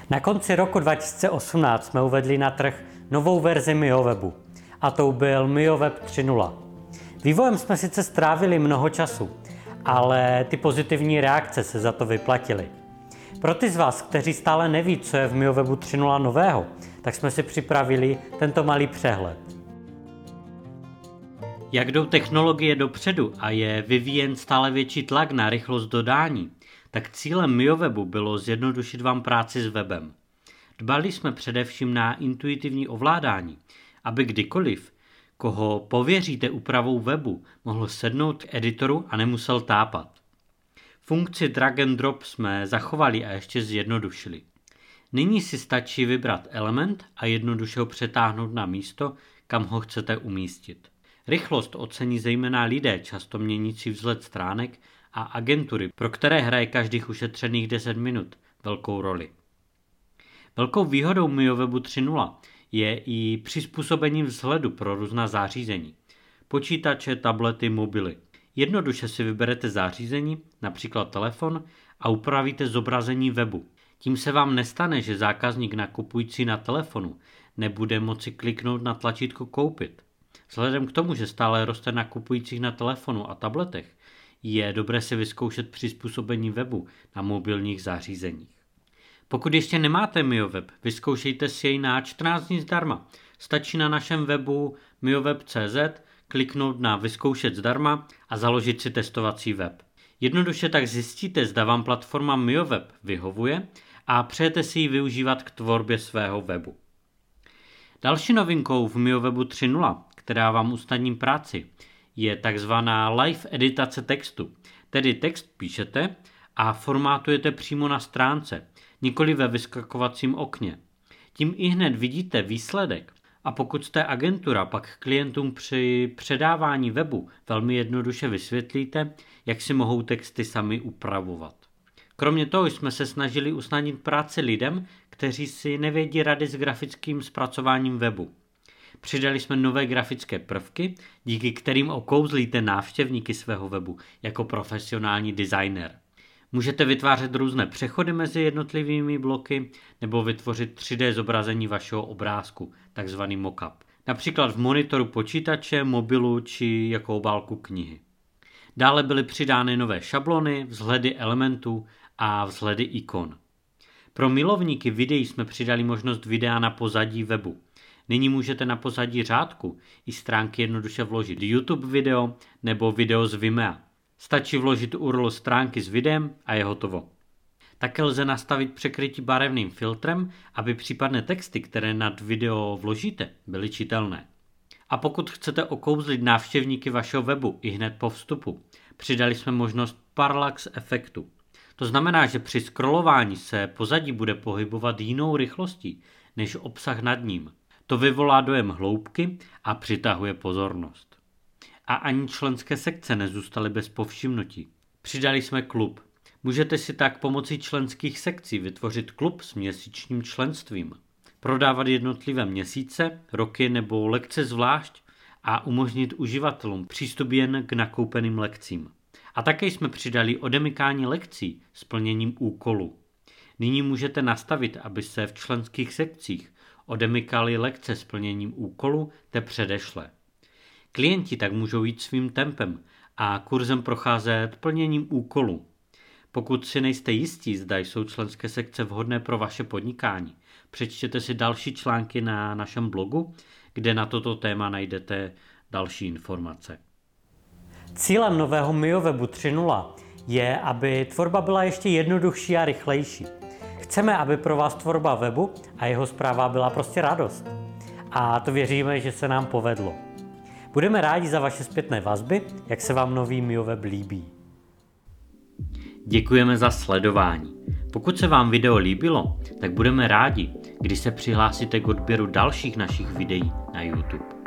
Na konci roku 2018 jsme uvedli na trh novou verzi MioWebu a tou byl MioWeb 3.0. Vývojem jsme sice strávili mnoho času, ale ty pozitivní reakce se za to vyplatily. Pro ty z vás, kteří stále neví, co je v MioWebu 3.0 nového, tak jsme si připravili tento malý přehled. Jak jdou technologie dopředu a je vyvíjen stále větší tlak na rychlost dodání, tak cílem MioWebu bylo zjednodušit vám práci s webem. Dbali jsme především na intuitivní ovládání, aby kdykoliv, koho pověříte úpravou webu, mohl sednout k editoru a nemusel tápat. Funkci drag and drop jsme zachovali a ještě zjednodušili. Nyní si stačí vybrat element a jednoduše ho přetáhnout na místo, kam ho chcete umístit. Rychlost ocení zejména lidé často měnící vzhled stránek a agentury, pro které hraje každých ušetřených 10 minut velkou roli. Velkou výhodou MioWebu 3.0 je i přizpůsobení vzhledu pro různá zařízení. Počítače, tablety, mobily. Jednoduše si vyberete zařízení, například telefon, a upravíte zobrazení webu. Tím se vám nestane, že zákazník nakupující na telefonu nebude moci kliknout na tlačítko koupit. Vzhledem k tomu, že stále roste nakupujících na telefonu a tabletech, je dobré si vyzkoušet přizpůsobení webu na mobilních zařízeních. Pokud ještě nemáte MioWeb, vyzkoušejte si jej na 14 dní zdarma. Stačí na našem webu mioweb.cz kliknout na vyzkoušet zdarma a založit si testovací web. Jednoduše tak zjistíte, zda vám platforma MioWeb vyhovuje a přejete si ji využívat k tvorbě svého webu. Další novinkou v MioWebu 3.0, která vám usnadní práci, je takzvaná live editace textu. Tedy text píšete a formátujete přímo na stránce, nikoli ve vyskakovacím okně. Tím ihned vidíte výsledek a pokud jste agentura, pak klientům při předávání webu velmi jednoduše vysvětlíte, jak si mohou texty sami upravovat. Kromě toho jsme se snažili usnadnit práci lidem, kteří si nevědí rady s grafickým zpracováním webu. Přidali jsme nové grafické prvky, díky kterým okouzlíte návštěvníky svého webu jako profesionální designer. Můžete vytvářet různé přechody mezi jednotlivými bloky nebo vytvořit 3D zobrazení vašeho obrázku, takzvaný mockup. Například v monitoru počítače, mobilu či jako obálku knihy. Dále byly přidány nové šablony, vzhledy elementů a vzhledy ikon. Pro milovníky videí jsme přidali možnost videa na pozadí webu. Nyní můžete na pozadí řádku i stránky jednoduše vložit YouTube video nebo video z Vimea. Stačí vložit URL stránky s videem a je hotovo. Také lze nastavit překrytí barevným filtrem, aby případné texty, které nad video vložíte, byly čitelné. A pokud chcete okouzlit návštěvníky vašeho webu i hned po vstupu, přidali jsme možnost parallax efektu. To znamená, že při scrollování se pozadí bude pohybovat jinou rychlostí než obsah nad ním. To vyvolá dojem hloubky a přitahuje pozornost. A ani členské sekce nezůstaly bez povšimnutí. Přidali jsme klub. Můžete si tak pomocí členských sekcí vytvořit klub s měsíčním členstvím, prodávat jednotlivé měsíce, roky nebo lekce zvlášť a umožnit uživatelům přístup jen k nakoupeným lekcím. A také jsme přidali odemykání lekcí s plněním úkolů. Nyní můžete nastavit, aby se v členských sekcích odemykaly lekce s plněním úkolu te předešlé. Klienti tak můžou jít svým tempem a kurzem procházet plněním úkolů. Pokud si nejste jistí, zda jsou členské sekce vhodné pro vaše podnikání, přečtěte si další články na našem blogu, kde na toto téma najdete další informace. Cílem nového MioWebu 3.0 je, aby tvorba byla ještě jednodušší a rychlejší. Chceme, aby pro vás tvorba webu a jeho správa byla prostě radost. A to věříme, že se nám povedlo. Budeme rádi za vaše zpětné vazby, jak se vám nový MioWeb líbí. Děkujeme za sledování. Pokud se vám video líbilo, tak budeme rádi, když se přihlásíte k odběru dalších našich videí na YouTube.